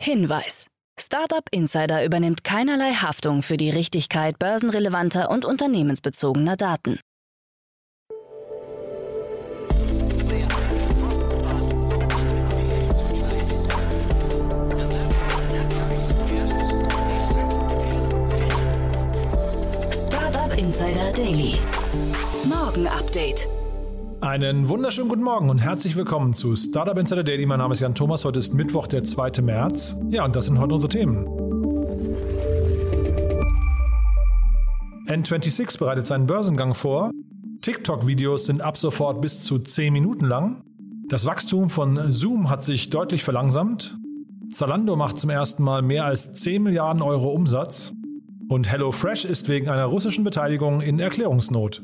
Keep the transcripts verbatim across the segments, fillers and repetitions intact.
Hinweis: Startup Insider übernimmt keinerlei Haftung für die Richtigkeit börsenrelevanter und unternehmensbezogener Daten. Startup Insider Daily. Morgen Update. Einen wunderschönen guten Morgen und herzlich willkommen zu Startup Insider Daily. Mein Name ist Jan Thomas, heute ist Mittwoch, der zweite März. Ja, und das sind heute unsere Themen. N sechsundzwanzig bereitet seinen Börsengang vor. TikTok-Videos sind ab sofort bis zu zehn Minuten lang. Das Wachstum von Zoom hat sich deutlich verlangsamt. Zalando macht zum ersten Mal mehr als zehn Milliarden Euro Umsatz. Und HelloFresh ist wegen einer russischen Beteiligung in Erklärungsnot.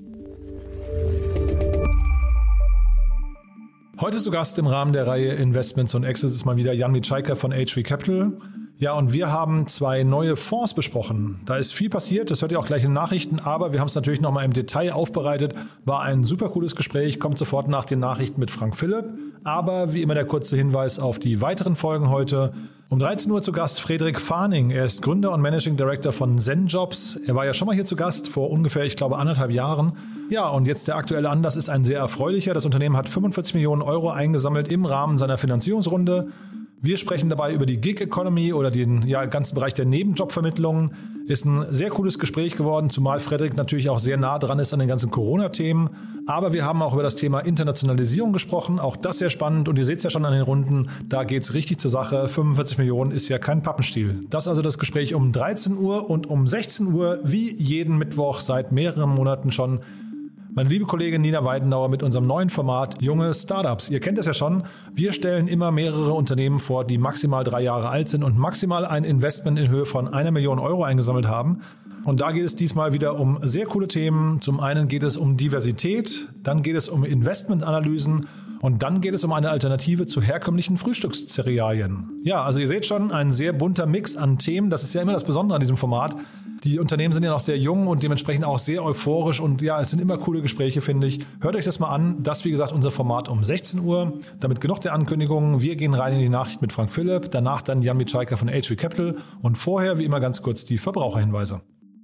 Heute zu Gast im Rahmen der Reihe Investments und Exits ist mal wieder Jan Michalka von H V Capital. Ja, und wir haben zwei neue Fonds besprochen. Da ist viel passiert, das hört ihr auch gleich in den Nachrichten, aber wir haben es natürlich nochmal im Detail aufbereitet. War ein super cooles Gespräch, kommt sofort nach den Nachrichten mit Frank Philipp. Aber wie immer der kurze Hinweis auf die weiteren Folgen heute. Um dreizehn Uhr zu Gast Fredrik Farning. Er ist Gründer und Managing Director von ZenJobs. Er war ja schon mal hier zu Gast vor ungefähr, ich glaube, anderthalb Jahren. Ja, und jetzt der aktuelle Anlass ist ein sehr erfreulicher. Das Unternehmen hat fünfundvierzig Millionen Euro eingesammelt im Rahmen seiner Finanzierungsrunde. Wir sprechen dabei über die Gig Economy oder den ja, ganzen Bereich der Nebenjobvermittlung. Ist ein sehr cooles Gespräch geworden, zumal Fredrik natürlich auch sehr nah dran ist an den ganzen Corona-Themen. Aber wir haben auch über das Thema Internationalisierung gesprochen, auch das sehr spannend. Und ihr seht es ja schon an den Runden, da geht's richtig zur Sache. fünfundvierzig Millionen ist ja kein Pappenstiel. Das also das Gespräch um dreizehn Uhr und um sechzehn Uhr, wie jeden Mittwoch seit mehreren Monaten schon. Meine liebe Kollegin Nina Weidenauer mit unserem neuen Format Junge Startups. Ihr kennt es ja schon, wir stellen immer mehrere Unternehmen vor, die maximal drei Jahre alt sind und maximal ein Investment in Höhe von einer Million Euro eingesammelt haben. Und da geht es diesmal wieder um sehr coole Themen. Zum einen geht es um Diversität, dann geht es um Investmentanalysen und dann geht es um eine Alternative zu herkömmlichen Frühstückszerealien. Ja, also ihr seht schon, ein sehr bunter Mix an Themen. Das ist ja immer das Besondere an diesem Format. Die Unternehmen sind ja noch sehr jung und dementsprechend auch sehr euphorisch und ja, es sind immer coole Gespräche, finde ich. Hört euch das mal an. Das, wie gesagt, unser Format um sechzehn Uhr. Damit genug der Ankündigungen. Wir gehen rein in die Nachricht mit Frank Philipp, danach dann Jan Michalka von H V Capital und vorher, wie immer, ganz kurz die Verbraucherhinweise.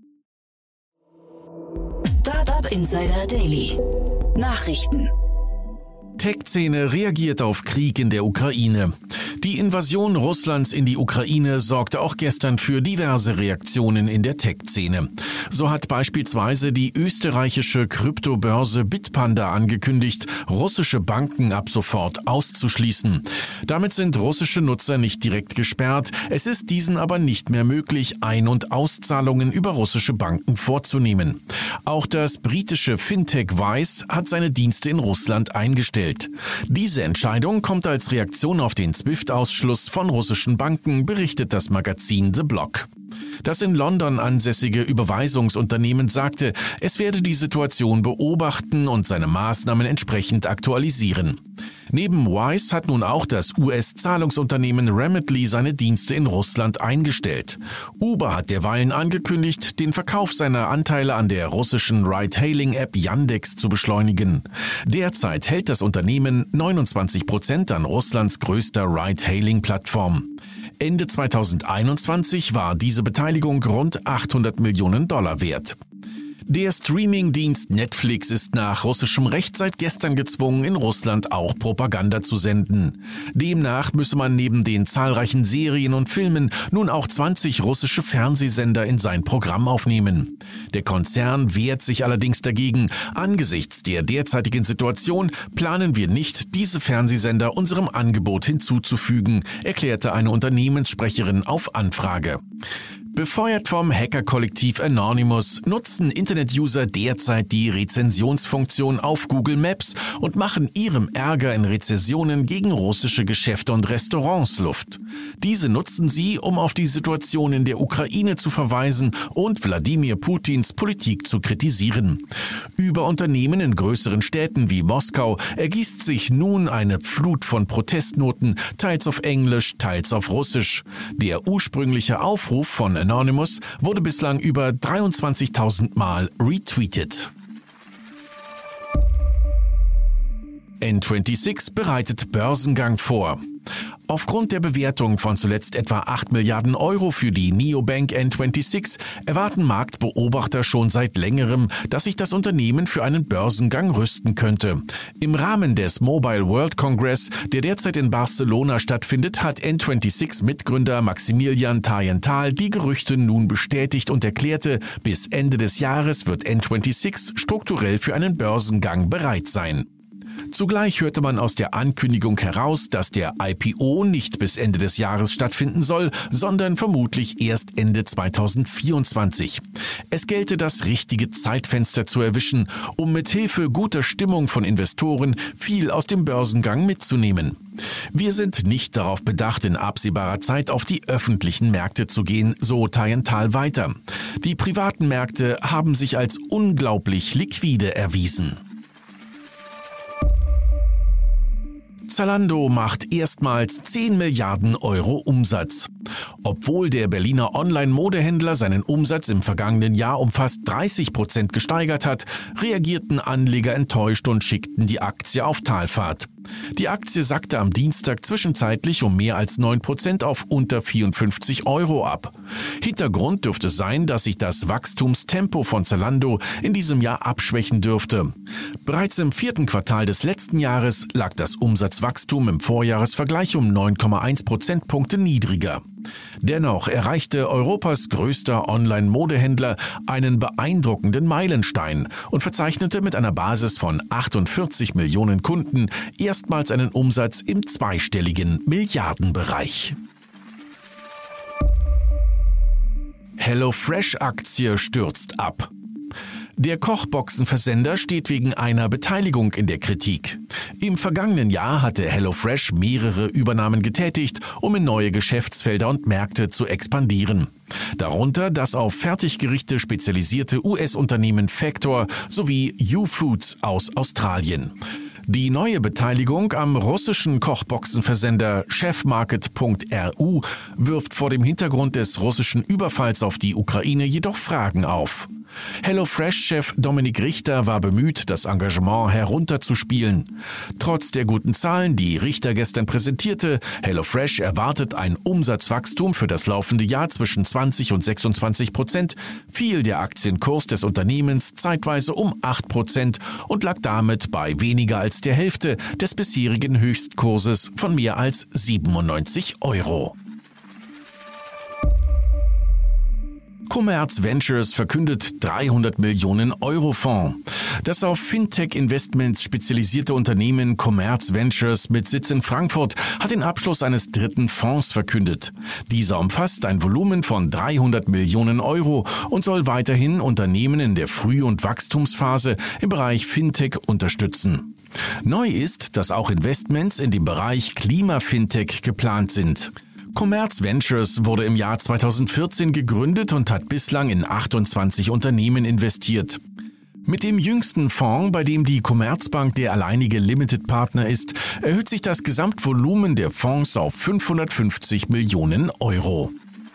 Startup Insider Daily. Nachrichten. Tech-Szene reagiert auf Krieg in der Ukraine. Die Invasion Russlands in die Ukraine sorgte auch gestern für diverse Reaktionen in der Tech-Szene. So hat beispielsweise die österreichische Kryptobörse Bitpanda angekündigt, russische Banken ab sofort auszuschließen. Damit sind russische Nutzer nicht direkt gesperrt, es ist diesen aber nicht mehr möglich, Ein- und Auszahlungen über russische Banken vorzunehmen. Auch das britische Fintech Wise hat seine Dienste in Russland eingestellt. Diese Entscheidung kommt als Reaktion auf den SWIFT-Ausschluss von russischen Banken, berichtet das Magazin The Block. Das in London ansässige Überweisungsunternehmen sagte, es werde die Situation beobachten und seine Maßnahmen entsprechend aktualisieren. Neben Wise hat nun auch das U S-Zahlungsunternehmen Remitly seine Dienste in Russland eingestellt. Uber hat derweilen angekündigt, den Verkauf seiner Anteile an der russischen Ride-Hailing-App Yandex zu beschleunigen. Derzeit hält das Unternehmen neunundzwanzig Prozent an Russlands größter Ride-Hailing-Plattform. Ende zweitausendeinundzwanzig war diese Beteiligung rund achthundert Millionen Dollar wert. Der Streaming-Dienst Netflix ist nach russischem Recht seit gestern gezwungen, in Russland auch Propaganda zu senden. Demnach müsse man neben den zahlreichen Serien und Filmen nun auch zwanzig russische Fernsehsender in sein Programm aufnehmen. Der Konzern wehrt sich allerdings dagegen. Angesichts der derzeitigen Situation planen wir nicht, diese Fernsehsender unserem Angebot hinzuzufügen, erklärte eine Unternehmenssprecherin auf Anfrage. Befeuert vom Hackerkollektiv Anonymous nutzen Internet-User derzeit die Rezensionsfunktion auf Google Maps und machen ihrem Ärger in Rezessionen gegen russische Geschäfte und Restaurants Luft. Diese nutzen sie, um auf die Situation in der Ukraine zu verweisen und Wladimir Putins Politik zu kritisieren. Über Unternehmen in größeren Städten wie Moskau ergießt sich nun eine Flut von Protestnoten, teils auf Englisch, teils auf Russisch. Der ursprüngliche Aufruf von Anonymous wurde bislang über dreiundzwanzigtausend Mal retweetet. N sechsundzwanzig bereitet Börsengang vor. Aufgrund der Bewertung von zuletzt etwa acht Milliarden Euro für die Neobank N sechsundzwanzig erwarten Marktbeobachter schon seit längerem, dass sich das Unternehmen für einen Börsengang rüsten könnte. Im Rahmen des Mobile World Congress, der derzeit in Barcelona stattfindet, hat N sechsundzwanzig-Mitgründer Maximilian Tayenthal die Gerüchte nun bestätigt und erklärte, bis Ende des Jahres wird N sechsundzwanzig strukturell für einen Börsengang bereit sein. Zugleich hörte man aus der Ankündigung heraus, dass der I P O nicht bis Ende des Jahres stattfinden soll, sondern vermutlich erst Ende zweitausendvierundzwanzig. Es gelte das richtige Zeitfenster zu erwischen, um mit Hilfe guter Stimmung von Investoren viel aus dem Börsengang mitzunehmen. Wir sind nicht darauf bedacht, in absehbarer Zeit auf die öffentlichen Märkte zu gehen, so Tayenthal weiter. Die privaten Märkte haben sich als unglaublich liquide erwiesen. Zalando macht erstmals zehn Milliarden Euro Umsatz. Obwohl der Berliner Online-Modehändler seinen Umsatz im vergangenen Jahr um fast dreißig Prozent gesteigert hat, reagierten Anleger enttäuscht und schickten die Aktie auf Talfahrt. Die Aktie sackte am Dienstag zwischenzeitlich um mehr als neun Prozent auf unter vierundfünfzig Euro ab. Hintergrund dürfte sein, dass sich das Wachstumstempo von Zalando in diesem Jahr abschwächen dürfte. Bereits im vierten Quartal des letzten Jahres lag das Umsatzwachstum im Vorjahresvergleich um neun Komma eins Prozentpunkte niedriger. Dennoch erreichte Europas größter Online-Modehändler einen beeindruckenden Meilenstein und verzeichnete mit einer Basis von achtundvierzig Millionen Kunden erstmals einen Umsatz im zweistelligen Milliardenbereich. HelloFresh-Aktie stürzt ab. Der Kochboxenversender steht wegen einer Beteiligung in der Kritik. Im vergangenen Jahr hatte HelloFresh mehrere Übernahmen getätigt, um in neue Geschäftsfelder und Märkte zu expandieren. Darunter das auf Fertiggerichte spezialisierte U S-Unternehmen Factor sowie U-Foods aus Australien. Die neue Beteiligung am russischen Kochboxenversender Chefmarket Punkt R U wirft vor dem Hintergrund des russischen Überfalls auf die Ukraine jedoch Fragen auf. HelloFresh-Chef Dominik Richter war bemüht, das Engagement herunterzuspielen. Trotz der guten Zahlen, die Richter gestern präsentierte, HelloFresh erwartet ein Umsatzwachstum für das laufende Jahr zwischen zwanzig und sechsundzwanzig Prozent, fiel der Aktienkurs des Unternehmens zeitweise um acht Prozent und lag damit bei weniger als der Hälfte des bisherigen Höchstkurses von mehr als siebenundneunzig Euro. Commerz Ventures verkündet dreihundert Millionen Euro Fonds. Das auf Fintech-Investments spezialisierte Unternehmen Commerz Ventures mit Sitz in Frankfurt hat den Abschluss eines dritten Fonds verkündet. Dieser umfasst ein Volumen von dreihundert Millionen Euro und soll weiterhin Unternehmen in der Früh- und Wachstumsphase im Bereich Fintech unterstützen. Neu ist, dass auch Investments in dem Bereich Klima-Fintech geplant sind. Commerz Ventures wurde im Jahr zweitausendvierzehn gegründet und hat bislang in achtundzwanzig Unternehmen investiert. Mit dem jüngsten Fonds, bei dem die Commerzbank der alleinige Limited-Partner ist, erhöht sich das Gesamtvolumen der Fonds auf fünfhundertfünfzig Millionen Euro.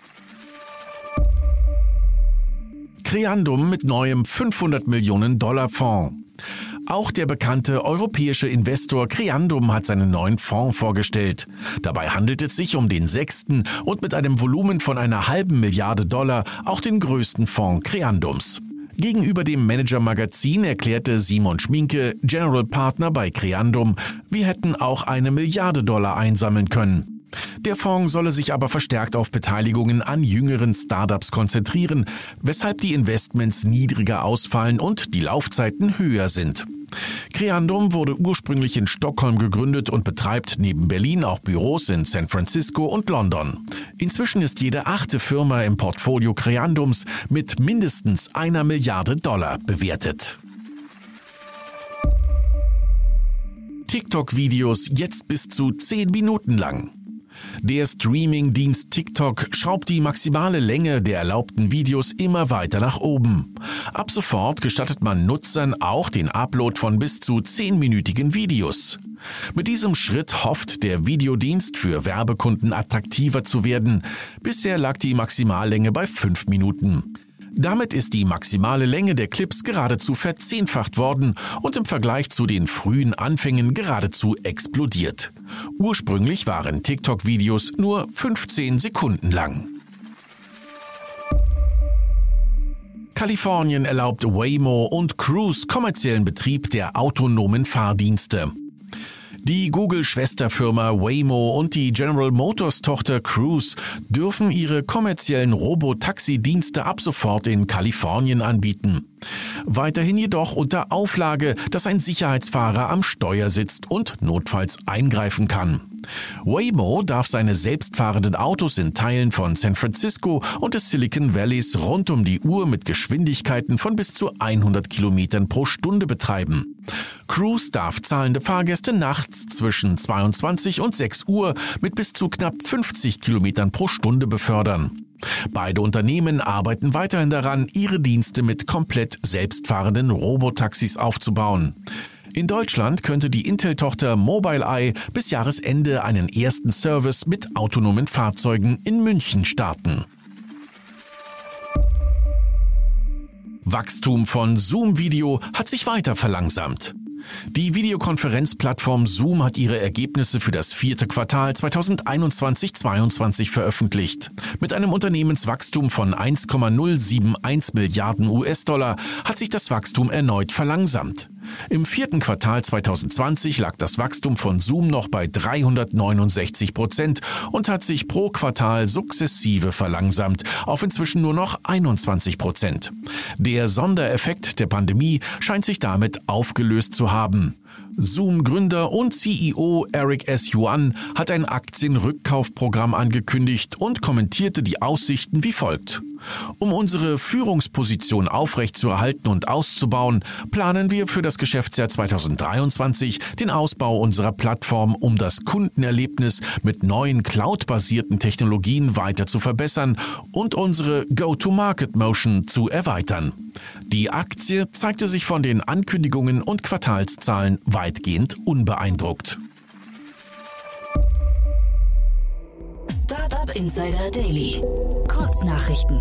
Creandum mit neuem fünfhundert Millionen Dollar Fonds. Auch der bekannte europäische Investor Creandum hat seinen neuen Fonds vorgestellt. Dabei handelt es sich um den sechsten und mit einem Volumen von einer halben Milliarde Dollar auch den größten Fonds Creandums. Gegenüber dem Manager-Magazin erklärte Simon Schminke, General Partner bei Creandum, wir hätten auch eine Milliarde Dollar einsammeln können. Der Fonds solle sich aber verstärkt auf Beteiligungen an jüngeren Startups konzentrieren, weshalb die Investments niedriger ausfallen und die Laufzeiten höher sind. Creandum wurde ursprünglich in Stockholm gegründet und betreibt neben Berlin auch Büros in San Francisco und London. Inzwischen ist jede achte Firma im Portfolio Creandums mit mindestens einer Milliarde Dollar bewertet. TikTok-Videos jetzt bis zu zehn Minuten lang. Der Streaming-Dienst TikTok schraubt die maximale Länge der erlaubten Videos immer weiter nach oben. Ab sofort gestattet man Nutzern auch den Upload von bis zu zehnminütigen Videos. Mit diesem Schritt hofft der Videodienst für Werbekunden attraktiver zu werden. Bisher lag die Maximallänge bei fünf Minuten. Damit ist die maximale Länge der Clips geradezu verzehnfacht worden und im Vergleich zu den frühen Anfängen geradezu explodiert. Ursprünglich waren TikTok-Videos nur fünfzehn Sekunden lang. Kalifornien erlaubt Waymo und Cruise kommerziellen Betrieb der autonomen Fahrdienste. Die Google-Schwesterfirma Waymo und die General Motors-Tochter Cruise dürfen ihre kommerziellen Robotaxi-Dienste ab sofort in Kalifornien anbieten. Weiterhin jedoch unter Auflage, dass ein Sicherheitsfahrer am Steuer sitzt und notfalls eingreifen kann. Waymo darf seine selbstfahrenden Autos in Teilen von San Francisco und des Silicon Valleys rund um die Uhr mit Geschwindigkeiten von bis zu hundert Kilometern pro Stunde betreiben. Cruise darf zahlende Fahrgäste nachts zwischen zweiundzwanzig und sechs Uhr mit bis zu knapp fünfzig Kilometern pro Stunde befördern. Beide Unternehmen arbeiten weiterhin daran, ihre Dienste mit komplett selbstfahrenden Robotaxis aufzubauen. In Deutschland könnte die Intel-Tochter Mobileye bis Jahresende einen ersten Service mit autonomen Fahrzeugen in München starten. Wachstum von Zoom Video hat sich weiter verlangsamt. Die Videokonferenzplattform Zoom hat ihre Ergebnisse für das vierte Quartal zweitausendeinundzwanzig zweiundzwanzig veröffentlicht. Mit einem Unternehmenswachstum von eins Komma null sieben eins Milliarden U S-Dollar hat sich das Wachstum erneut verlangsamt. Im vierten Quartal zweitausendzwanzig lag das Wachstum von Zoom noch bei dreihundertneunundsechzig Prozent und hat sich pro Quartal sukzessive verlangsamt auf inzwischen nur noch einundzwanzig Prozent. Der Sondereffekt der Pandemie scheint sich damit aufgelöst zu haben. Zoom-Gründer und C E O Eric S. Yuan hat ein Aktienrückkaufprogramm angekündigt und kommentierte die Aussichten wie folgt. Um unsere Führungsposition aufrechtzuerhalten und auszubauen, planen wir für das Geschäftsjahr zweitausenddreiundzwanzig den Ausbau unserer Plattform, um das Kundenerlebnis mit neuen cloud-basierten Technologien weiter zu verbessern und unsere Go-to-Market-Motion zu erweitern. Die Aktie zeigte sich von den Ankündigungen und Quartalszahlen weitgehend unbeeindruckt. Startup Insider Daily. Kurznachrichten.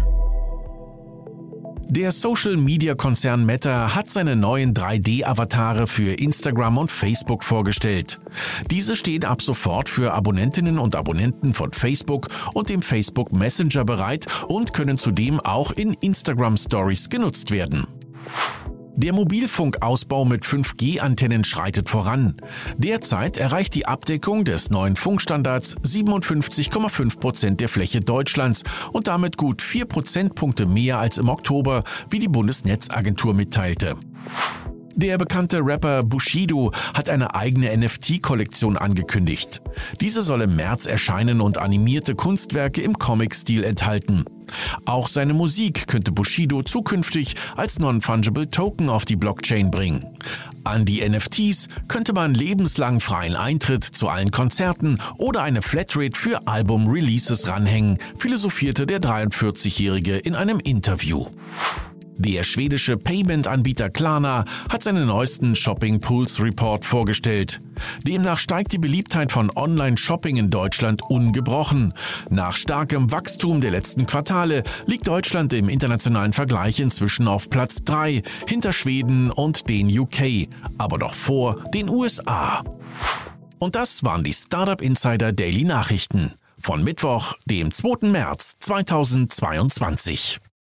Der Social-Media-Konzern Meta hat seine neuen drei D-Avatare für Instagram und Facebook vorgestellt. Diese stehen ab sofort für Abonnentinnen und Abonnenten von Facebook und dem Facebook Messenger bereit und können zudem auch in Instagram Stories genutzt werden. Der Mobilfunkausbau mit fünf G Antennen schreitet voran. Derzeit erreicht die Abdeckung des neuen Funkstandards siebenundfünfzig Komma fünf Prozent der Fläche Deutschlands und damit gut vier Prozentpunkte mehr als im Oktober, wie die Bundesnetzagentur mitteilte. Der bekannte Rapper Bushido hat eine eigene N F T-Kollektion angekündigt. Diese soll im März erscheinen und animierte Kunstwerke im Comic-Stil enthalten. Auch seine Musik könnte Bushido zukünftig als Non-Fungible Token auf die Blockchain bringen. An die N F Ts könnte man lebenslang freien Eintritt zu allen Konzerten oder eine Flatrate für Album-Releases ranhängen, philosophierte der dreiundvierzigjährige in einem Interview. Der schwedische Payment-Anbieter Klarna hat seinen neuesten Shopping Pulse Report vorgestellt. Demnach steigt die Beliebtheit von Online-Shopping in Deutschland ungebrochen. Nach starkem Wachstum der letzten Quartale liegt Deutschland im internationalen Vergleich inzwischen auf Platz drei, hinter Schweden und den U K, aber doch vor den U S A. Und das waren die Startup Insider Daily Nachrichten von Mittwoch, dem zweiten März zweitausendzweiundzwanzig.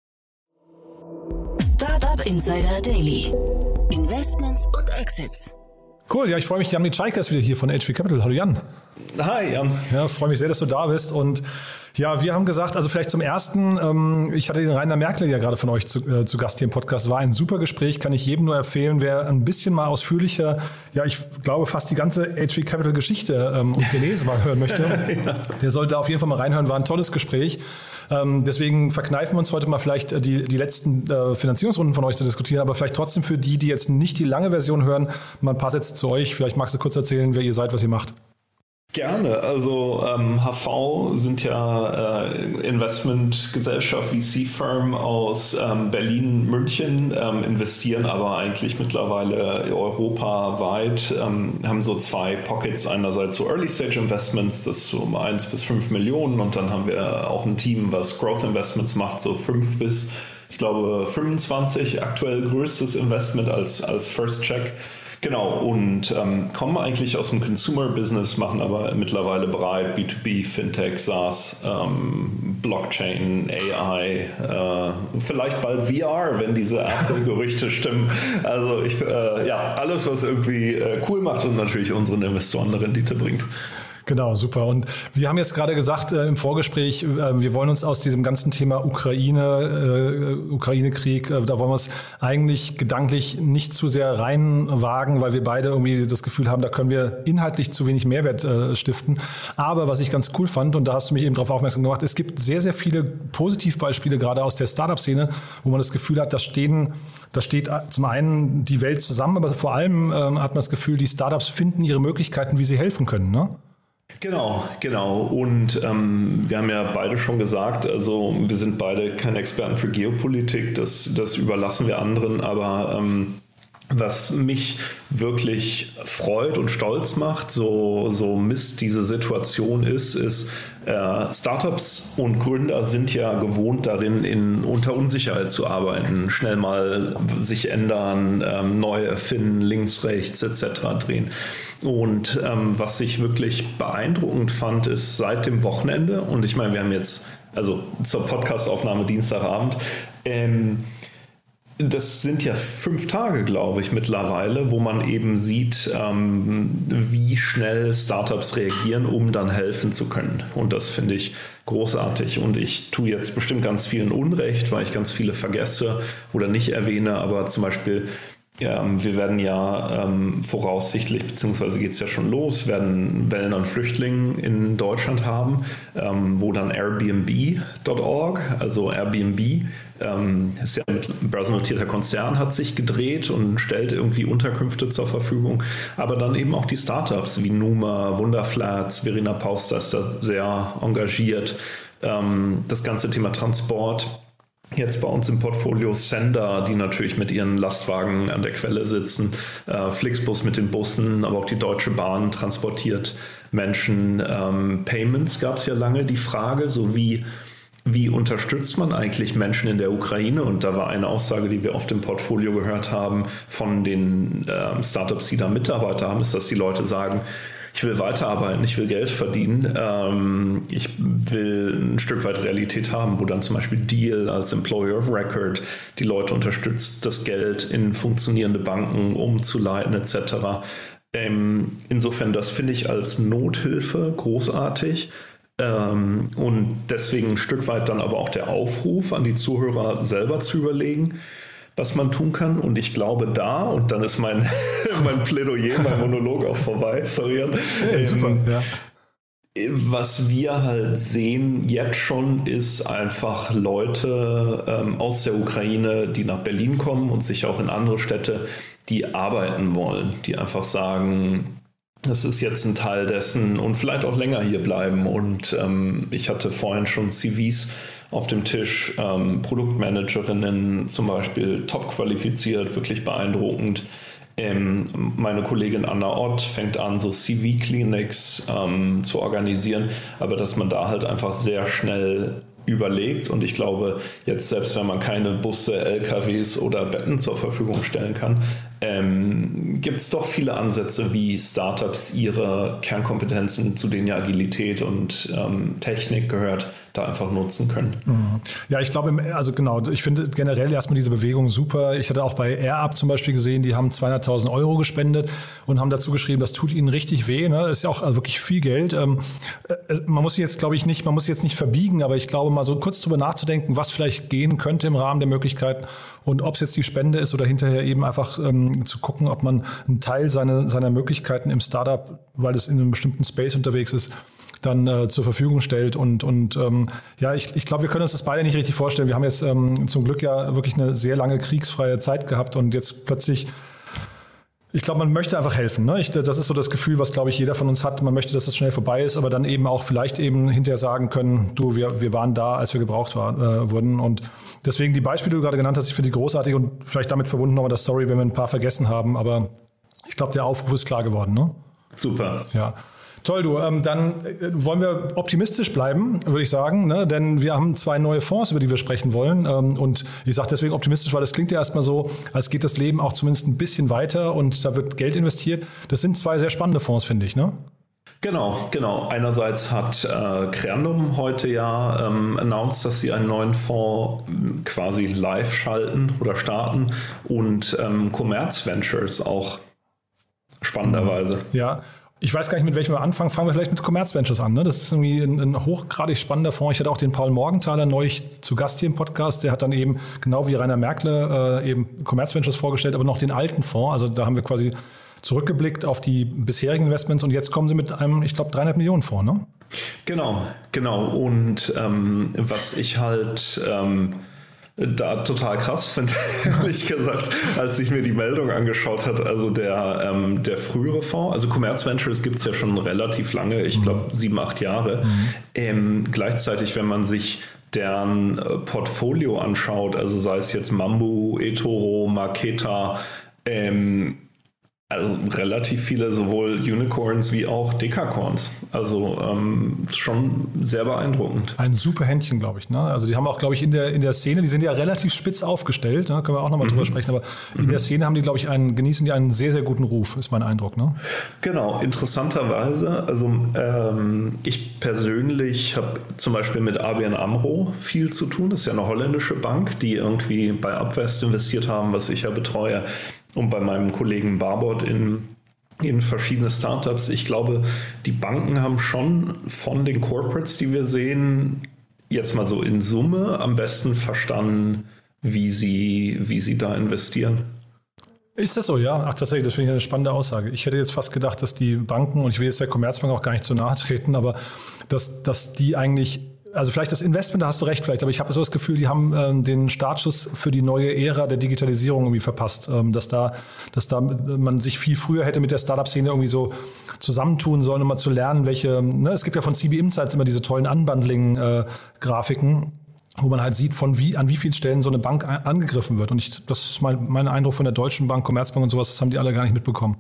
Startup Insider Daily. Investments und Exits. Cool, ja, ich freue mich. Jan Michalka ist wieder hier von H V Capital. Hallo Jan. Hi Jan. Ja, freue mich sehr, dass du da bist. Und ja, wir haben gesagt, also vielleicht zum Ersten, ähm, ich hatte den Rainer Merkel ja gerade von euch zu, äh, zu Gast hier im Podcast. War ein super Gespräch, kann ich jedem nur empfehlen. Wer ein bisschen mal ausführlicher, ja, ich glaube fast die ganze H V Capital Geschichte ähm, und Genese mal hören möchte, ja. Der sollte auf jeden Fall mal reinhören. War ein tolles Gespräch. Ähm, deswegen verkneifen wir uns heute mal vielleicht die, die letzten äh, Finanzierungsrunden von euch zu diskutieren, aber vielleicht trotzdem für die, die jetzt nicht die lange Version hören, mal ein paar Sätze zu euch. Vielleicht magst du kurz erzählen, wer ihr seid, was ihr macht. Gerne. Also ähm, H V sind ja äh, Investmentgesellschaft, V C-Firm aus ähm, Berlin, München, ähm, investieren aber eigentlich mittlerweile europaweit, ähm, haben so zwei Pockets, einerseits so Early-Stage-Investments, das ist so um eins bis fünf Millionen und dann haben wir auch ein Team, was Growth-Investments macht, so fünf bis, ich glaube, fünfundzwanzig, aktuell größtes Investment als, als First Check. Genau, und ähm, kommen eigentlich aus dem Consumer-Business, machen aber mittlerweile bereit B zwei B, Fintech, SaaS, ähm, Blockchain, A I, äh, vielleicht bald V R, wenn diese Apple-Gerüchte stimmen. Also ich, äh, ja, alles, was irgendwie äh, cool macht und natürlich unseren Investoren eine Rendite bringt. Genau, super. Und wir haben jetzt gerade gesagt äh, im Vorgespräch, äh, wir wollen uns aus diesem ganzen Thema Ukraine, äh, Ukraine-Krieg, äh, da wollen wir es eigentlich gedanklich nicht zu sehr reinwagen, weil wir beide irgendwie das Gefühl haben, da können wir inhaltlich zu wenig Mehrwert äh, stiften. Aber was ich ganz cool fand, und da hast du mich eben darauf aufmerksam gemacht, es gibt sehr, sehr viele Positivbeispiele, gerade aus der Startup-Szene, wo man das Gefühl hat, da stehen, da steht zum einen die Welt zusammen, aber vor allem äh, hat man das Gefühl, die Startups finden ihre Möglichkeiten, wie sie helfen können, ne? Genau, genau. Und ähm, wir haben ja beide schon gesagt, also wir sind beide keine Experten für Geopolitik, das, das überlassen wir anderen, aber ähm, was mich wirklich freut und stolz macht, so, so Mist diese Situation ist, ist, äh, Startups und Gründer sind ja gewohnt darin, in, unter Unsicherheit zu arbeiten, schnell mal sich ändern, ähm, neu erfinden, links, rechts et cetera drehen. Und ähm, was ich wirklich beeindruckend fand, ist seit dem Wochenende, und ich meine, wir haben jetzt, also zur Podcastaufnahme Dienstagabend, ähm, das sind ja fünf Tage, glaube ich, mittlerweile, wo man eben sieht, ähm, wie schnell Startups reagieren, um dann helfen zu können. Und das finde ich großartig. Und ich tue jetzt bestimmt ganz vielen Unrecht, weil ich ganz viele vergesse oder nicht erwähne, aber zum Beispiel Ja, wir werden ja ähm, voraussichtlich, beziehungsweise geht es ja schon los, werden Wellen an Flüchtlingen in Deutschland haben, ähm, wo dann Airbnb Punkt org, also Airbnb, ähm, ist ja ein börsennotierter Konzern, hat sich gedreht und stellt irgendwie Unterkünfte zur Verfügung, aber dann eben auch die Startups wie Numa, Wunderflats, Verena Pauster ist da sehr engagiert, ähm, das ganze Thema Transport. Jetzt bei uns im Portfolio Sender, die natürlich mit ihren Lastwagen an der Quelle sitzen, äh, Flixbus mit den Bussen, aber auch die Deutsche Bahn transportiert Menschen. Ähm, Payments gab es ja lange die Frage, so wie, wie unterstützt man eigentlich Menschen in der Ukraine? Und da war eine Aussage, die wir oft im Portfolio gehört haben von den äh, Startups, die da Mitarbeiter haben, ist, dass die Leute sagen, ich will weiterarbeiten, ich will Geld verdienen, ähm, ich will ein Stück weit Realität haben, wo dann zum Beispiel Deal als Employer of Record die Leute unterstützt, das Geld in funktionierende Banken umzuleiten et cetera. Ähm, insofern, das finde ich als Nothilfe großartig. Ähm, und deswegen ein Stück weit dann aber auch der Aufruf an die Zuhörer selber zu überlegen, was man tun kann. Und ich glaube da, und dann ist mein, mein Plädoyer, mein Monolog auch vorbei, sorry. Hey, super, ähm, ja. Was wir halt sehen jetzt schon, ist einfach Leute ähm, aus der Ukraine, die nach Berlin kommen und sich auch in andere Städte, die arbeiten wollen, die einfach sagen, das ist jetzt ein Teil dessen und vielleicht auch länger hier bleiben. Und ähm, ich hatte vorhin schon C Vs auf dem Tisch, ähm, Produktmanagerinnen zum Beispiel top qualifiziert, wirklich beeindruckend. Ähm, meine Kollegin Anna Ott fängt an, so C V-Clinics ähm, zu organisieren, aber dass man da halt einfach sehr schnell überlegt und ich glaube, jetzt selbst wenn man keine Busse, L K Ws oder Betten zur Verfügung stellen kann, ähm, gibt es doch viele Ansätze, wie Startups ihre Kernkompetenzen, zu denen ja Agilität und ähm, Technik gehört, da einfach nutzen können. Ja, ich glaube, also genau, ich finde generell erstmal diese Bewegung super. Ich hatte auch bei AirUp zum Beispiel gesehen, die haben zweihunderttausend Euro gespendet und haben dazu geschrieben, das tut ihnen richtig weh. Ne? Das ist ja auch also wirklich viel Geld. Ähm, man muss jetzt, glaube ich, nicht, man muss jetzt nicht verbiegen, aber ich glaube, mal so kurz drüber nachzudenken, was vielleicht gehen könnte im Rahmen der Möglichkeiten und ob es jetzt die Spende ist oder hinterher eben einfach ähm, zu gucken, ob man einen Teil seiner, seiner Möglichkeiten im Startup, weil es in einem bestimmten Space unterwegs ist, dann äh, zur Verfügung stellt. Und, und ähm, ja, ich, ich glaube, wir können uns das beide nicht richtig vorstellen. Wir haben jetzt ähm, zum Glück ja wirklich eine sehr lange kriegsfreie Zeit gehabt und jetzt plötzlich Ich glaube, man möchte einfach helfen. Ne? Ich, das ist so das Gefühl, was, glaube ich, jeder von uns hat. Man möchte, dass es schnell vorbei ist, aber dann eben auch vielleicht eben hinterher sagen können, du, wir, wir waren da, als wir gebraucht war, äh, wurden. Und deswegen die Beispiele, die du gerade genannt hast, ich finde die großartig und vielleicht damit verbunden nochmal das Story, wenn wir ein paar vergessen haben. Aber ich glaube, der Aufruf ist klar geworden. Ne? Super. Ja. Toll, du. Ähm, dann wollen wir optimistisch bleiben, würde ich sagen, ne? Denn wir haben zwei neue Fonds, über die wir sprechen wollen. Ähm, und ich sage deswegen optimistisch, weil das klingt ja erstmal so, als geht das Leben auch zumindest ein bisschen weiter und da wird Geld investiert. Das sind zwei sehr spannende Fonds, finde ich, ne? Genau, genau. Einerseits hat äh, Creandum heute ja ähm, announced, dass sie einen neuen Fonds ähm, quasi live schalten oder starten und ähm, Commerz Ventures auch spannenderweise. Ja. Ich weiß gar nicht, mit welchem wir anfangen. Fangen wir vielleicht mit Commerz Ventures an. Ne? Das ist irgendwie ein, ein hochgradig spannender Fonds. Ich hatte auch den Paul Morgenthaler neulich zu Gast hier im Podcast. Der hat dann eben, genau wie Rainer Merkle, äh, eben Commerz Ventures vorgestellt, aber noch den alten Fonds. Also da haben wir quasi zurückgeblickt auf die bisherigen Investments und jetzt kommen sie mit einem, ich glaube, dreihundert Millionen Fonds, ne? Genau, genau. Und ähm, was ich halt... Ähm da total krass finde, ehrlich gesagt, als ich mir die Meldung angeschaut habe, also der, ähm, der frühere Fonds, also Commerz Ventures gibt es ja schon relativ lange, ich glaube sieben, acht Jahre. Mhm. Ähm, gleichzeitig, wenn man sich deren äh, Portfolio anschaut, also sei es jetzt Mambu, eToro, Marqeta, ähm, also relativ viele sowohl Unicorns wie auch Dekacorns. Also ähm, schon sehr beeindruckend. Ein super Händchen, glaube ich. Ne? Also die haben auch, glaube ich, in der, in der Szene, die sind ja relativ spitz aufgestellt, ne? Können wir auch nochmal mhm. drüber sprechen, aber in mhm. der Szene haben die, glaube ich, einen, genießen die einen sehr, sehr guten Ruf, ist mein Eindruck. Ne? Genau, interessanterweise, also ähm, ich persönlich habe zum Beispiel mit A B N AMRO viel zu tun. Das ist ja eine holländische Bank, die irgendwie bei Upvest investiert haben, was ich ja betreue. Und bei meinem Kollegen Barbot in, in verschiedene Startups. Ich glaube, die Banken haben schon von den Corporates, die wir sehen, jetzt mal so in Summe am besten verstanden, wie sie, wie sie da investieren. Ist das so, ja? Ach, tatsächlich, das finde ich eine spannende Aussage. Ich hätte jetzt fast gedacht, dass die Banken, und ich will jetzt der Commerzbank auch gar nicht zu nahe treten, aber dass, dass die eigentlich... Also vielleicht das Investment, da hast du recht vielleicht, aber ich habe so das Gefühl, die haben ähm, den Startschuss für die neue Ära der Digitalisierung irgendwie verpasst, ähm, dass da, dass da man sich viel früher hätte mit der Startup-Szene irgendwie so zusammentun sollen, um mal zu lernen, welche, ne, es gibt ja von C B Insights immer diese tollen Unbundling-Grafiken, wo man halt sieht, von wie, an wie vielen Stellen so eine Bank a- angegriffen wird. Und ich, das ist mein, mein Eindruck von der Deutschen Bank, Commerzbank und sowas, das haben die alle gar nicht mitbekommen.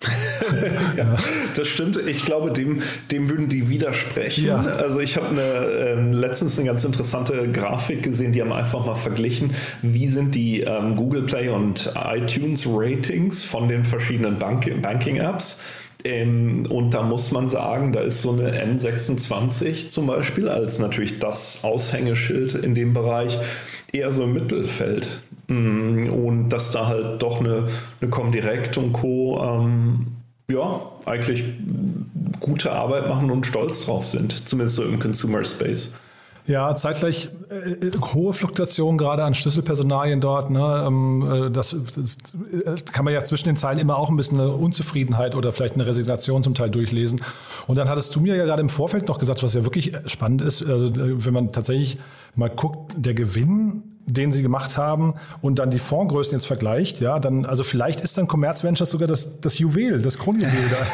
Ja, das stimmt. Ich glaube, dem, dem würden die widersprechen. Ja. Also ich habe eine, ähm, letztens eine ganz interessante Grafik gesehen, die haben einfach mal verglichen, wie sind die ähm, Google Play und iTunes Ratings von den verschiedenen Bank- Banking-Apps. Ähm, und da muss man sagen, da ist so eine N sechsundzwanzig zum Beispiel als natürlich das Aushängeschild in dem Bereich eher so im Mittelfeld. Und dass da halt doch eine, eine Comdirect und Co. Ähm, ja, eigentlich gute Arbeit machen und stolz drauf sind, zumindest so im Consumer Space. Ja, zeitgleich äh, hohe Fluktuation gerade an Schlüsselpersonalien dort. Ne? Ähm, das, das kann man ja zwischen den Zeilen immer auch ein bisschen eine Unzufriedenheit oder vielleicht eine Resignation zum Teil durchlesen. Und dann hattest du mir ja gerade im Vorfeld noch gesagt, was ja wirklich spannend ist, also wenn man tatsächlich mal guckt, der Gewinn, den sie gemacht haben und dann die Fondsgrößen jetzt vergleicht, ja, dann, also vielleicht ist dann Commerz Ventures sogar das, das Juwel, das Kronjuwel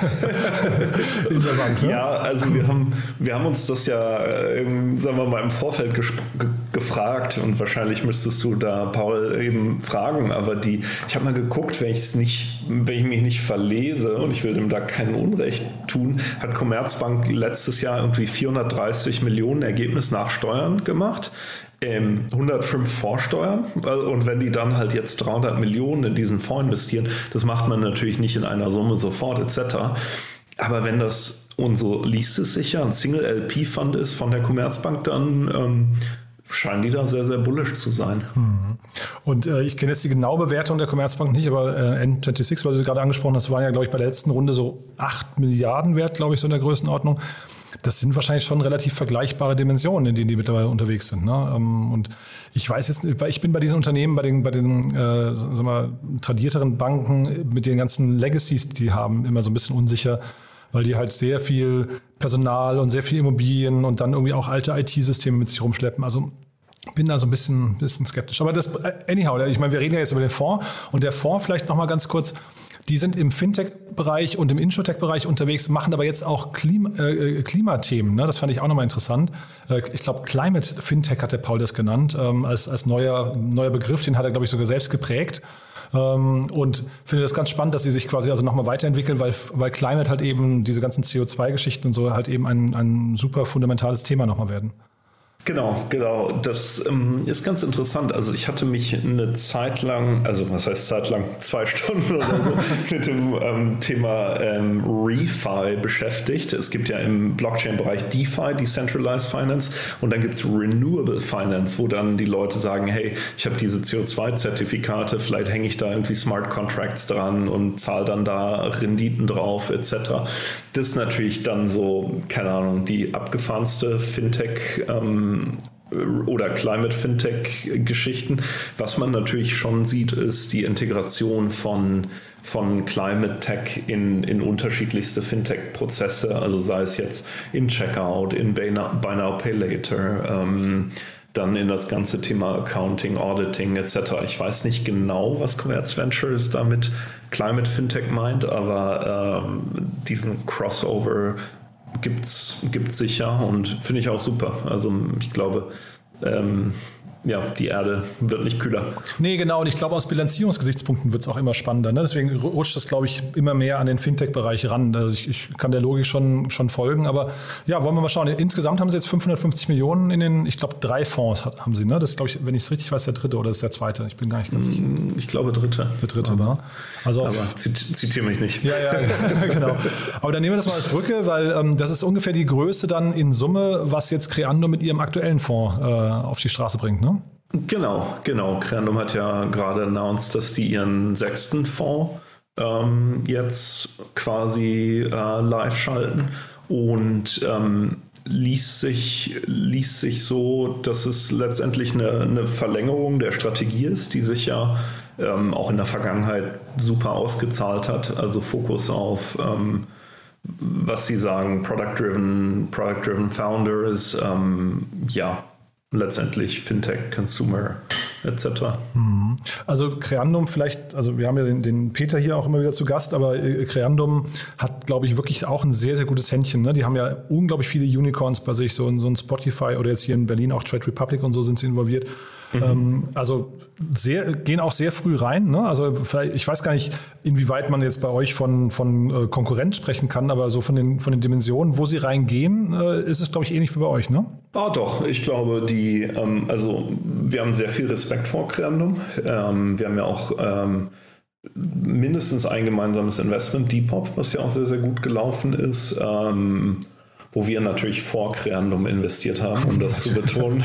da in der Bank. Ne? Ja, also wir haben, wir haben uns das ja, äh, sagen wir mal, im Vorfeld gesp- ge- gefragt und wahrscheinlich müsstest du da Paul eben fragen, aber die, ich habe mal geguckt, wenn ich es nicht, wenn ich mich nicht verlese und ich will dem da kein Unrecht tun, hat Commerzbank letztes Jahr irgendwie vierhundertdreißig Millionen Ergebnis nach Steuern gemacht. Ähm, hundertfünf Vorsteuern und wenn die dann halt jetzt dreihundert Millionen in diesen Fonds investieren, das macht man natürlich nicht in einer Summe sofort et cetera. Aber wenn das, und so liest es sich ja, ein Single-L P-Fund ist von der Commerzbank, dann ähm, scheinen die da sehr, sehr bullish zu sein. Und äh, ich kenne jetzt die genaue Bewertung der Commerzbank nicht, aber äh, N sechsundzwanzig, weil du gerade angesprochen hast, waren ja, glaube ich, bei der letzten Runde so acht Milliarden wert, glaube ich, so in der Größenordnung. Das sind wahrscheinlich schon relativ vergleichbare Dimensionen, in denen die mittlerweile unterwegs sind. Ne? Und ich weiß jetzt, ich bin bei diesen Unternehmen, bei den, bei den äh, sagen wir mal, tradierteren Banken mit den ganzen Legacies, die die haben, immer so ein bisschen unsicher, weil die halt sehr viel Personal und sehr viel Immobilien und dann irgendwie auch alte I T-Systeme mit sich rumschleppen. Also Bin da so ein bisschen, bisschen skeptisch. Aber das, anyhow, ich meine, wir reden ja jetzt über den Fonds und der Fonds vielleicht nochmal ganz kurz, die sind im Fintech-Bereich und im Insurtech-Bereich unterwegs, machen aber jetzt auch Klima, äh, Klimathemen. Ne? Das fand ich auch nochmal interessant. Äh, ich glaube, Climate Fintech hat der Paul das genannt, ähm, als, als neuer, neuer Begriff, den hat er, glaube ich, sogar selbst geprägt. Ähm, und finde das ganz spannend, dass sie sich quasi also nochmal weiterentwickeln, weil, weil Climate halt eben diese ganzen C O zwei Geschichten und so halt eben ein, ein super fundamentales Thema nochmal werden. Genau, genau. Das ähm, ist ganz interessant. Also ich hatte mich eine Zeit lang, also was heißt Zeit lang, zwei Stunden oder so, mit dem ähm, Thema ähm, ReFi beschäftigt. Es gibt ja im Blockchain-Bereich DeFi, Decentralized Finance, und dann gibt es Renewable Finance, wo dann die Leute sagen, hey, ich habe diese C O zwei Zertifikate, vielleicht hänge ich da irgendwie Smart Contracts dran und zahle dann da Renditen drauf et cetera. Das ist natürlich dann so, keine Ahnung, die abgefahrenste Fintech- ähm, oder Climate-Fintech-Geschichten. Was man natürlich schon sieht, ist die Integration von, von Climate-Tech in, in unterschiedlichste Fintech-Prozesse, also sei es jetzt in Checkout, in Buy Now, Buy Now Pay Later, ähm, dann in das ganze Thema Accounting, Auditing et cetera. Ich weiß nicht genau, was Commerz Ventures da mit Climate Fintech meint, aber ähm, diesen Crossover gibt's gibt's sicher und finde ich auch super. Also ich glaube, ähm, ja, die Erde wird nicht kühler. Nee, genau. Und ich glaube, aus Bilanzierungsgesichtspunkten wird es auch immer spannender. Ne? Deswegen rutscht das, glaube ich, immer mehr an den Fintech-Bereich ran. Also ich, ich kann der Logik schon, schon folgen. Aber ja, wollen wir mal schauen. Insgesamt haben sie jetzt fünfhundertfünfzig Millionen in den, ich glaube, drei Fonds haben sie. Ne? Das ist, glaube ich, wenn ich es richtig weiß, der dritte oder ist der zweite. Ich bin gar nicht ganz sicher. Ich glaube, dritte. Der dritte, aber, also aber zitiere mich nicht. Ja, ja, genau. Aber dann nehmen wir das mal als Brücke, weil ähm, das ist ungefähr die Größe dann in Summe, was jetzt Creandum mit ihrem aktuellen Fonds äh, auf die Straße bringt, ne? Genau, genau. Creandum hat ja gerade announced, dass die ihren sechsten Fonds ähm, jetzt quasi äh, live schalten und ähm, ließ sich, ließ sich so, dass es letztendlich eine, eine Verlängerung der Strategie ist, die sich ja ähm, auch in der Vergangenheit super ausgezahlt hat. Also Fokus auf ähm, was sie sagen, Product-Driven, Product-Driven Founders, ähm, ja, letztendlich Fintech, Consumer et cetera. Also Creandum vielleicht, also wir haben ja den, den Peter hier auch immer wieder zu Gast, aber Creandum hat, glaube ich, wirklich auch ein sehr, sehr gutes Händchen. Ne? Die haben ja unglaublich viele Unicorns bei sich, so, so ein Spotify oder jetzt hier in Berlin auch Trade Republic und so sind sie involviert. Mhm. Ähm, also sehr, gehen auch sehr früh rein. Ne? Also vielleicht, ich weiß gar nicht, inwieweit man jetzt bei euch von, von äh, Konkurrenz sprechen kann, aber so von den, von den Dimensionen, wo sie reingehen, äh, ist es, glaube ich, ähnlich wie bei euch, ne? Ah, doch. Ich glaube, die, ähm, also wir haben sehr viel Respekt vor Creandum. Ähm, wir haben ja auch ähm, mindestens ein gemeinsames Investment, Depop, was ja auch sehr, sehr gut gelaufen ist. Ähm, wo wir natürlich vor Creandum investiert haben, um das zu betonen.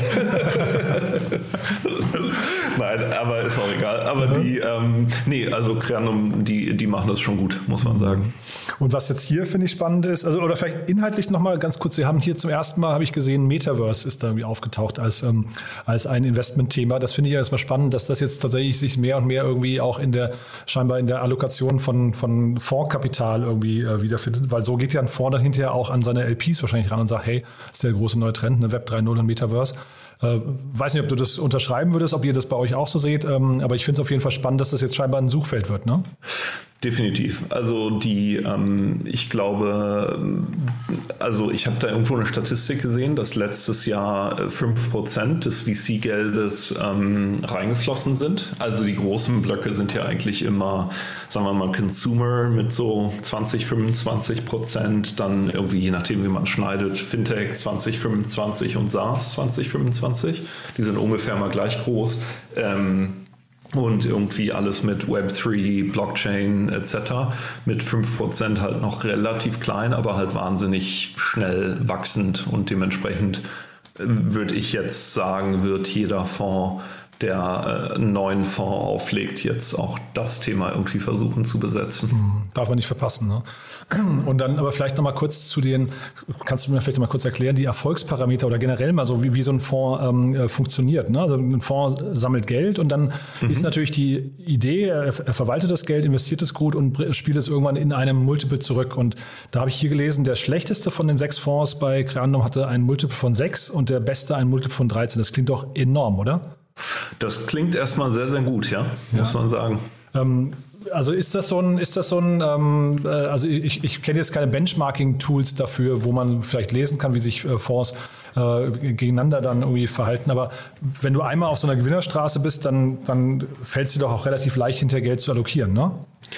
Nein, aber ist auch egal. Aber die, ähm, nee, also Creandum, die, die machen das schon gut, muss man sagen. Und was jetzt hier, finde ich, spannend ist, also oder vielleicht inhaltlich nochmal ganz kurz, Sie haben hier zum ersten Mal, habe ich gesehen, Metaverse ist da irgendwie aufgetaucht als, ähm, als ein Investmentthema. Das finde ich ja erstmal spannend, dass das jetzt tatsächlich sich mehr und mehr irgendwie auch in der, scheinbar in der Allokation von, von Fondskapital irgendwie äh, wiederfindet, weil so geht ja ein Fonds dann hinterher auch an seine L Ps wahrscheinlich ran und sagt, hey, das ist der große neue Trend, ne, Web drei Punkt null und Metaverse. Äh, weiß nicht, ob du das unterschreiben würdest, ob ihr das bei euch auch so seht, ähm, aber ich finde es auf jeden Fall spannend, dass das jetzt scheinbar ein Suchfeld wird, ne? Definitiv. Also die, ähm, ich glaube, also ich habe da irgendwo eine Statistik gesehen, dass letztes Jahr fünf Prozent des V C-Geldes ähm, reingeflossen sind. Also die großen Blöcke sind ja eigentlich immer, sagen wir mal, Consumer mit so zwanzig, fünfundzwanzig Prozent, dann irgendwie, je nachdem wie man schneidet, Fintech zwanzig, fünfundzwanzig und SaaS zwanzig, fünfundzwanzig. Die sind ungefähr mal gleich groß. Ähm, Und irgendwie alles mit Web drei, Blockchain et cetera. Mit fünf Prozent halt noch relativ klein, aber halt wahnsinnig schnell wachsend. Und dementsprechend würde ich jetzt sagen, wird jeder Fonds der äh, neuen Fonds auflegt, jetzt auch das Thema irgendwie versuchen zu besetzen. Darf man nicht verpassen, ne? Und dann aber vielleicht nochmal kurz zu den, kannst du mir vielleicht mal kurz erklären, die Erfolgsparameter oder generell mal so, wie, wie so ein Fonds ähm, funktioniert, ne? Also ein Fonds sammelt Geld und dann mhm. ist natürlich die Idee, er, er verwaltet das Geld, investiert es gut und spielt es irgendwann in einem Multiple zurück. Und da habe ich hier gelesen, der schlechteste von den sechs Fonds bei Creandum hatte ein Multiple von sechs und der beste ein Multiple von dreizehn. Das klingt doch enorm, oder? Das klingt erstmal sehr, sehr gut, ja, ja. muss man sagen. Ähm, also ist das so ein, ist das so ein, ähm, äh, also ich, ich kenne jetzt keine Benchmarking-Tools dafür, wo man vielleicht lesen kann, wie sich äh, Fonds äh, gegeneinander dann irgendwie verhalten. Aber wenn du einmal auf so einer Gewinnerstraße bist, dann, dann fällt es dir doch auch relativ leicht, hinterher Geld zu allokieren, ne?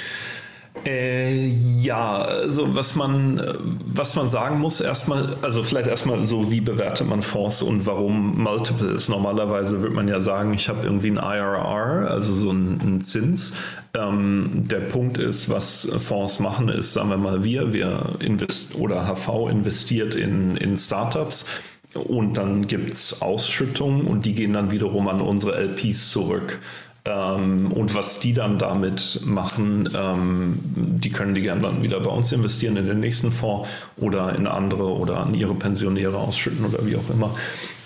Äh, ja, also was man, was man sagen muss, erstmal, also vielleicht erstmal so, wie bewertet man Fonds und warum Multiples? Normalerweise würde man ja sagen, ich habe irgendwie ein I R R, also so einen Zins. Ähm, der Punkt ist, was Fonds machen, ist, sagen wir mal, wir, wir invest oder H V investiert in, in Startups. Und dann gibt es Ausschüttungen und die gehen dann wiederum an unsere L Ps zurück. Ähm, und was die dann damit machen, ähm, die können die gerne dann wieder bei uns investieren in den nächsten Fonds oder in andere oder an ihre Pensionäre ausschütten oder wie auch immer.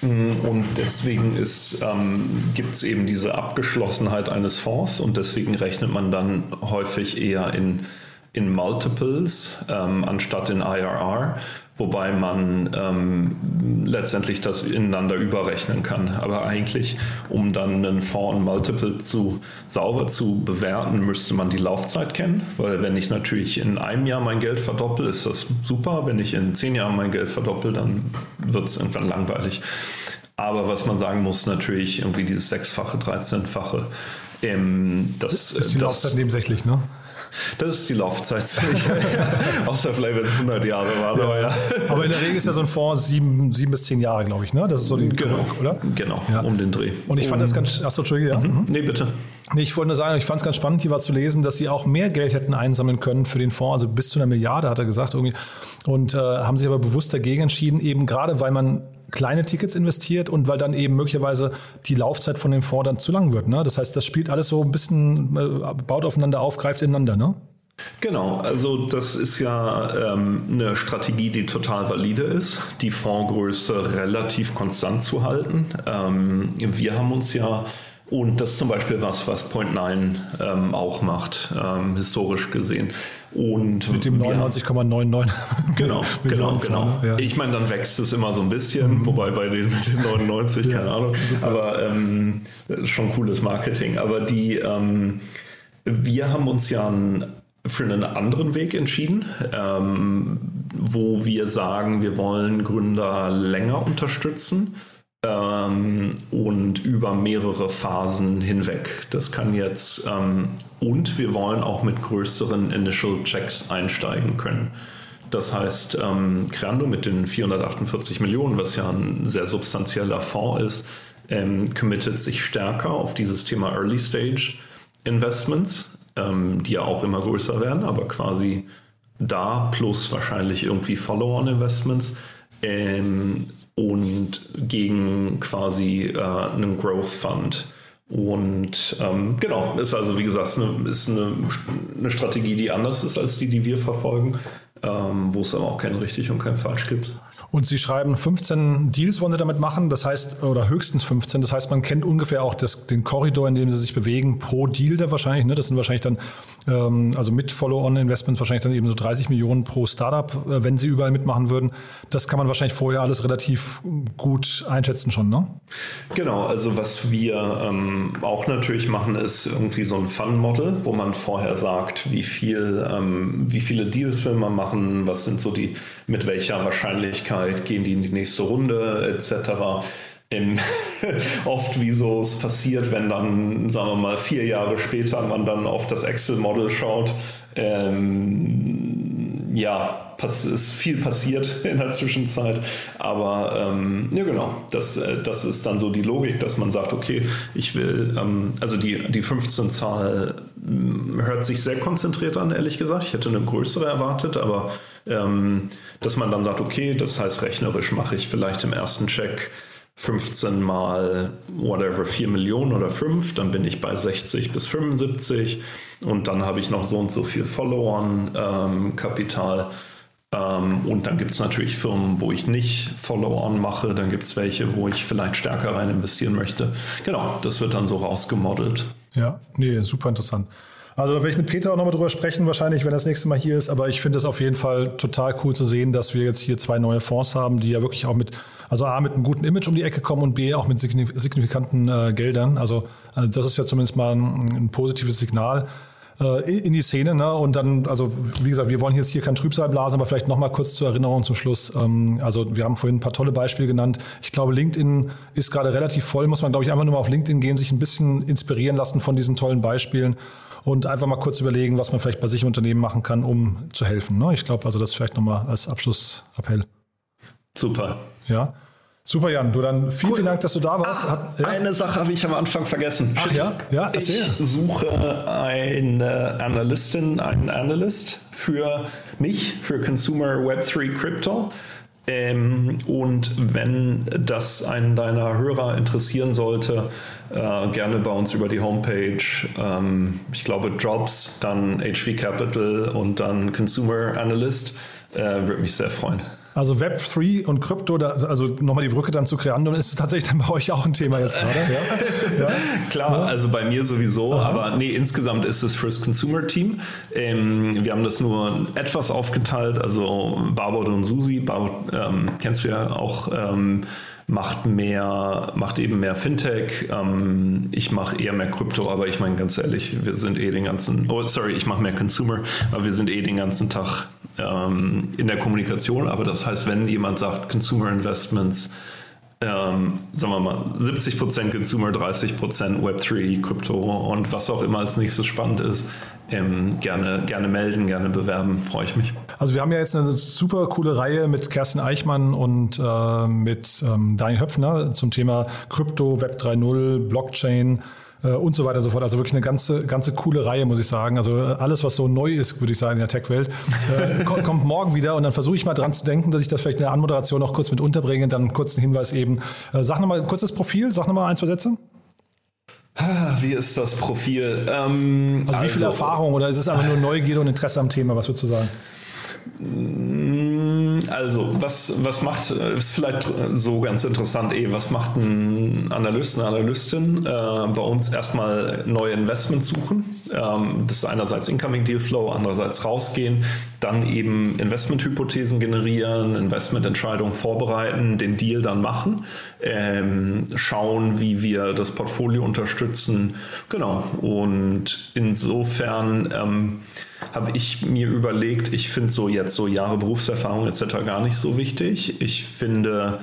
Und deswegen ähm, gibt es eben diese Abgeschlossenheit eines Fonds und deswegen rechnet man dann häufig eher in, in Multiples ähm, anstatt in I R R. Wobei man ähm, letztendlich das ineinander überrechnen kann. Aber eigentlich, um dann einen Fonds und Multiple zu sauber zu bewerten, müsste man die Laufzeit kennen. Weil wenn ich natürlich in einem Jahr mein Geld verdoppel, ist das super. Wenn ich in zehn Jahren mein Geld verdoppel, dann wird es irgendwann langweilig. Aber was man sagen muss, natürlich irgendwie dieses sechsfache, dreizehnfache. Ähm, das, ist die das, Laufzeit nebensächlich, ne? Das ist die Laufzeit. Außer vielleicht, wenn es hundert Jahre waren. Ja, aber, ja. aber in der Regel ist ja so ein Fonds sieben, sieben bis zehn Jahre, glaube ich. Ne? Das ist so die genau, oder? Genau, ja. um den Dreh. Und ich fand um, das ganz... Achso, Entschuldige. Ja. Mhm. Nee, bitte. Nee, ich wollte nur sagen, ich fand es ganz spannend, hier war zu lesen, dass sie auch mehr Geld hätten einsammeln können für den Fonds, also bis zu einer Milliarde, hat er gesagt. irgendwie. Und äh, haben sich aber bewusst dagegen entschieden, eben gerade weil man kleine Tickets investiert und weil dann eben möglicherweise die Laufzeit von dem Fonds dann zu lang wird. Ne? Das heißt, das spielt alles so ein bisschen, äh, baut aufeinander auf, greift ineinander, ne? Genau, also das ist ja ähm, eine Strategie, die total valide ist, die Fondsgröße relativ konstant zu halten. Ähm, wir haben uns ja, und das ist zum Beispiel was, was Point neun ähm, auch macht, ähm, historisch gesehen. Und mit dem neunundneunzig Komma neunundneunzig. Genau, genau, genau. Ja. Ich meine, dann wächst es immer so ein bisschen, mhm. wobei bei den mit den neunundneunzig, ja, keine Ahnung, super. Aber ähm, schon cooles Marketing. Aber die, ähm, wir haben uns ja ein für einen anderen Weg entschieden, ähm, wo wir sagen, wir wollen Gründer länger unterstützen ähm, und über mehrere Phasen hinweg. Das kann jetzt, ähm, und wir wollen auch mit größeren Initial Checks einsteigen können. Das heißt, ähm, Creandum mit den vierhundertachtundvierzig Millionen, was ja ein sehr substanzieller Fonds ist, ähm, committet sich stärker auf dieses Thema Early Stage Investments, ähm, die ja auch immer größer werden, aber quasi da plus wahrscheinlich irgendwie Follow-on-Investments ähm, und gegen quasi äh, einen Growth Fund. Und ähm, genau, ist also wie gesagt eine, ist eine, eine Strategie, die anders ist als die, die wir verfolgen, ähm, wo es aber auch kein richtig und kein falsch gibt. Und Sie schreiben, fünfzehn Deals wollen Sie damit machen, das heißt, oder höchstens fünfzehn, das heißt, man kennt ungefähr auch das, den Korridor, in dem Sie sich bewegen, pro Deal da wahrscheinlich, ne? Das sind wahrscheinlich dann, ähm, also mit Follow-on-Investments wahrscheinlich dann eben so dreißig Millionen pro Startup, äh, wenn Sie überall mitmachen würden. Das kann man wahrscheinlich vorher alles relativ gut einschätzen schon, ne? Genau, also was wir ähm, auch natürlich machen, ist irgendwie so ein Fund-Model, wo man vorher sagt, wie viel, ähm, wie viele Deals will man machen, was sind so die, mit welcher Wahrscheinlichkeit gehen die in die nächste Runde et cetera. Ähm, oft wie so es passiert, wenn dann, sagen wir mal, vier Jahre später man dann auf das Excel-Model schaut. Ähm, ja, es ist viel passiert in der Zwischenzeit, aber ähm, ja genau, das, das ist dann so die Logik, dass man sagt, okay, ich will, ähm, also die, die fünfzehn-Zahl hört sich sehr konzentriert an, ehrlich gesagt. Ich hätte eine größere erwartet, aber ähm, dass man dann sagt, okay, das heißt rechnerisch mache ich vielleicht im ersten Check fünfzehn mal whatever, vier Millionen oder fünf, dann bin ich bei sechzig bis fünfundsiebzig und dann habe ich noch so und so viel Follow-on-Kapital. Ähm, ähm, und dann gibt es natürlich Firmen, wo ich nicht Follow-on mache, dann gibt es welche, wo ich vielleicht stärker rein investieren möchte. Genau, das wird dann so rausgemodelt. Ja, nee, super interessant. Also da werde ich mit Peter auch nochmal drüber sprechen, wahrscheinlich, wenn er das nächste Mal hier ist. Aber ich finde es auf jeden Fall total cool zu sehen, dass wir jetzt hier zwei neue Fonds haben, die ja wirklich auch mit, also A, mit einem guten Image um die Ecke kommen und B, auch mit signifikanten äh, Geldern. Also, also das ist ja zumindest mal ein, ein positives Signal äh, in die Szene. Ne? Und dann, also wie gesagt, wir wollen jetzt hier kein Trübsal blasen, aber vielleicht nochmal kurz zur Erinnerung zum Schluss. Ähm, also wir haben vorhin ein paar tolle Beispiele genannt. Ich glaube, LinkedIn ist gerade relativ voll, muss man, glaube ich, einfach nur mal auf LinkedIn gehen, sich ein bisschen inspirieren lassen von diesen tollen Beispielen. Und einfach mal kurz überlegen, was man vielleicht bei sich im Unternehmen machen kann, um zu helfen. Ne? Ich glaube, also das vielleicht nochmal als Abschlussappell. Super. Ja. Super, Jan. Du dann vielen, cool. vielen Dank, dass du da warst. Ah, Hat, ja? Eine Sache habe ich am Anfang vergessen. Ach ja? Ja, erzähl. Ich suche eine Analystin, einen Analyst für mich, für Consumer Web drei Crypto. Ähm, und wenn das einen deiner Hörer interessieren sollte, äh, gerne bei uns über die Homepage. Ähm, ich glaube Jobs, dann H V Capital und dann Consumer Analyst. Äh, würde mich sehr freuen. Also Web drei und Krypto, da, also nochmal die Brücke dann zu Creando, ist tatsächlich dann bei euch auch ein Thema jetzt gerade. Ja? Ja. Klar, ja. Also bei mir sowieso, aha. Aber nee, insgesamt ist es fürs Consumer Team. Ähm, wir haben das nur etwas aufgeteilt, also Barbot und Susi, Barbot ähm, kennst du ja auch, ähm, macht mehr, macht eben mehr Fintech. Ähm, ich mache eher mehr Krypto, aber ich meine ganz ehrlich, wir sind eh den ganzen, oh sorry, ich mache mehr Consumer, aber wir sind eh den ganzen Tag ähm, in der Kommunikation. Aber das heißt, wenn jemand sagt Consumer Investments, ähm, sagen wir mal siebzig Prozent Consumer, dreißig Prozent Web drei, Krypto und was auch immer als nächstes spannend ist, ähm, gerne, gerne melden, gerne bewerben, freue ich mich. Also wir haben ja jetzt eine super coole Reihe mit Kerstin Eichmann und äh, mit ähm, Daniel Höpfner zum Thema Krypto, Web drei Punkt null, Blockchain äh, und so weiter und so fort. Also wirklich eine ganze, ganze coole Reihe, muss ich sagen. Also alles, was so neu ist, würde ich sagen, in der Tech-Welt, äh, kommt, kommt morgen wieder. Und dann versuche ich mal dran zu denken, dass ich das vielleicht in der Anmoderation noch kurz mit unterbringe. Dann einen kurzen Hinweis eben. Äh, sag nochmal kurz das Profil, sag nochmal ein, zwei Sätze. Wie ist das Profil? Ähm, also wie viel also, Erfahrung oder ist es einfach nur Neugierde und Interesse am Thema? Was würdest du sagen? Also, was, was macht, ist vielleicht so ganz interessant, eh, was macht ein Analyst, eine Analystin? Äh, bei uns erstmal neue Investments suchen. Ähm, das ist einerseits Incoming Deal Flow, andererseits rausgehen, dann eben Investmenthypothesen generieren, Investmententscheidungen vorbereiten, den Deal dann machen, ähm, schauen, wie wir das Portfolio unterstützen. Genau. Und insofern ähm, habe ich mir überlegt, ich finde so jetzt so Jahre Berufserfahrung et cetera gar nicht so wichtig. Ich finde,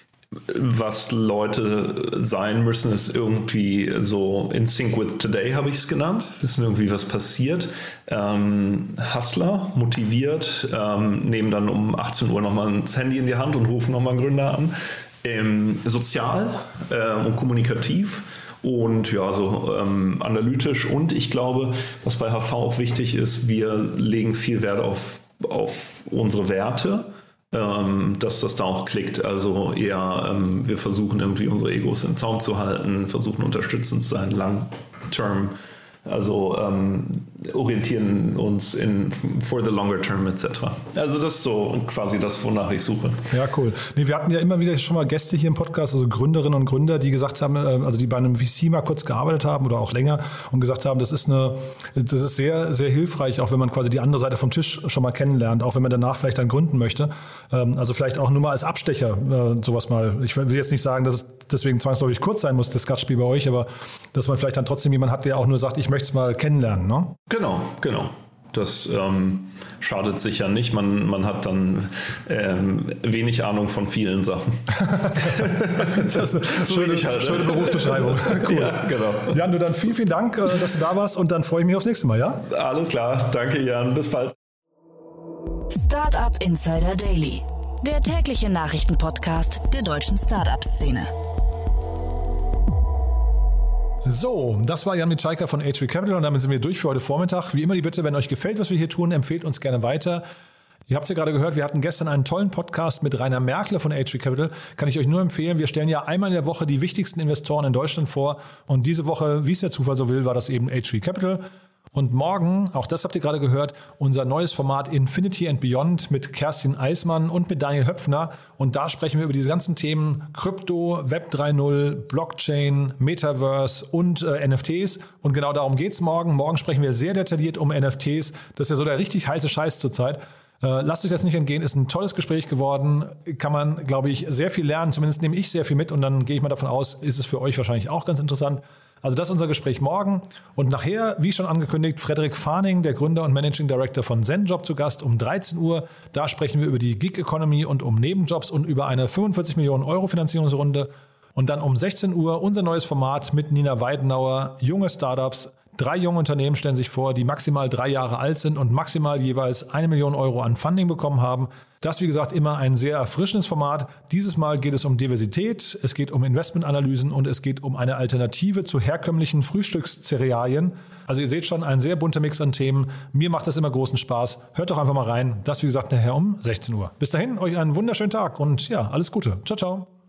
was Leute sein müssen, ist irgendwie so in sync with today, habe ich es genannt. Wissen irgendwie, was passiert. Ähm, Hustler, motiviert, ähm, nehmen dann um achtzehn Uhr nochmal das Handy in die Hand und rufen nochmal einen Gründer an. Ähm, sozial äh, und kommunikativ. Und ja, so ähm, analytisch. Und ich glaube, was bei H V auch wichtig ist, wir legen viel Wert auf, auf unsere Werte, ähm, dass das da auch klickt. Also eher, ähm, wir versuchen irgendwie unsere Egos im Zaum zu halten, versuchen unterstützend zu sein, long-term. Also ähm, orientieren uns in for the longer term et cetera. Also das ist so quasi das, wonach ich suche. Ja, cool. Nee, wir hatten ja immer wieder schon mal Gäste hier im Podcast, also Gründerinnen und Gründer, die gesagt haben, also die bei einem V C mal kurz gearbeitet haben oder auch länger und gesagt haben, das ist eine, das ist sehr, sehr hilfreich, auch wenn man quasi die andere Seite vom Tisch schon mal kennenlernt, auch wenn man danach vielleicht dann gründen möchte. Also vielleicht auch nur mal als Abstecher sowas mal. Ich will jetzt nicht sagen, dass es deswegen zwangsläufig kurz sein muss, das Gastspiel bei euch, aber dass man vielleicht dann trotzdem jemanden hat, der auch nur sagt, ich möchte es mal kennenlernen, ne? Genau, genau. Das ähm, schadet sicher nicht. Man, man hat dann ähm, wenig Ahnung von vielen Sachen. Das ist eine schöne, halt, schöne Berufsbeschreibung. Cool. Ja, genau. Jan, du dann vielen, vielen Dank, dass du da warst und dann freue ich mich aufs nächste Mal, ja? Alles klar. Danke, Jan. Bis bald. Startup Insider Daily, der tägliche Nachrichtenpodcast der deutschen Startup-Szene. So, das war Jan Mitschaiker von H V Capital und damit sind wir durch für heute Vormittag. Wie immer die Bitte, wenn euch gefällt, was wir hier tun, empfehlt uns gerne weiter. Ihr habt es ja gerade gehört, wir hatten gestern einen tollen Podcast mit Rainer Merkle von H V Capital. Kann ich euch nur empfehlen. Wir stellen ja einmal in der Woche die wichtigsten Investoren in Deutschland vor. Und diese Woche, wie es der Zufall so will, war das eben H V Capital. Und morgen, auch das habt ihr gerade gehört, unser neues Format Infinity and Beyond mit Kerstin Eismann und mit Daniel Höpfner. Und da sprechen wir über diese ganzen Themen Krypto, Web drei Punkt null, Blockchain, Metaverse und äh, N F Ts. Und genau darum geht's morgen. Morgen sprechen wir sehr detailliert um N F Ts. Das ist ja so der richtig heiße Scheiß zurzeit. Äh, lasst euch das nicht entgehen, ist ein tolles Gespräch geworden. Kann man, glaube ich, sehr viel lernen. Zumindest nehme ich sehr viel mit und dann gehe ich mal davon aus, ist es für euch wahrscheinlich auch ganz interessant. Also das ist unser Gespräch morgen. Und nachher, wie schon angekündigt, Frederik Farning, der Gründer und Managing Director von ZenJob, zu Gast um dreizehn Uhr. Da sprechen wir über die Gig Economy und um Nebenjobs und über eine fünfundvierzig Millionen Euro Finanzierungsrunde. Und dann um sechzehn Uhr unser neues Format mit Nina Weidenauer, junge Startups. Drei junge Unternehmen stellen sich vor, die maximal drei Jahre alt sind und maximal jeweils eine Million Euro an Funding bekommen haben. Das, wie gesagt, immer ein sehr erfrischendes Format. Dieses Mal geht es um Diversität, es geht um Investmentanalysen und es geht um eine Alternative zu herkömmlichen Frühstückscerealien. Also ihr seht schon, ein sehr bunter Mix an Themen. Mir macht das immer großen Spaß. Hört doch einfach mal rein. Das, wie gesagt, nachher um sechzehn Uhr. Bis dahin, euch einen wunderschönen Tag und ja, alles Gute. Ciao, ciao.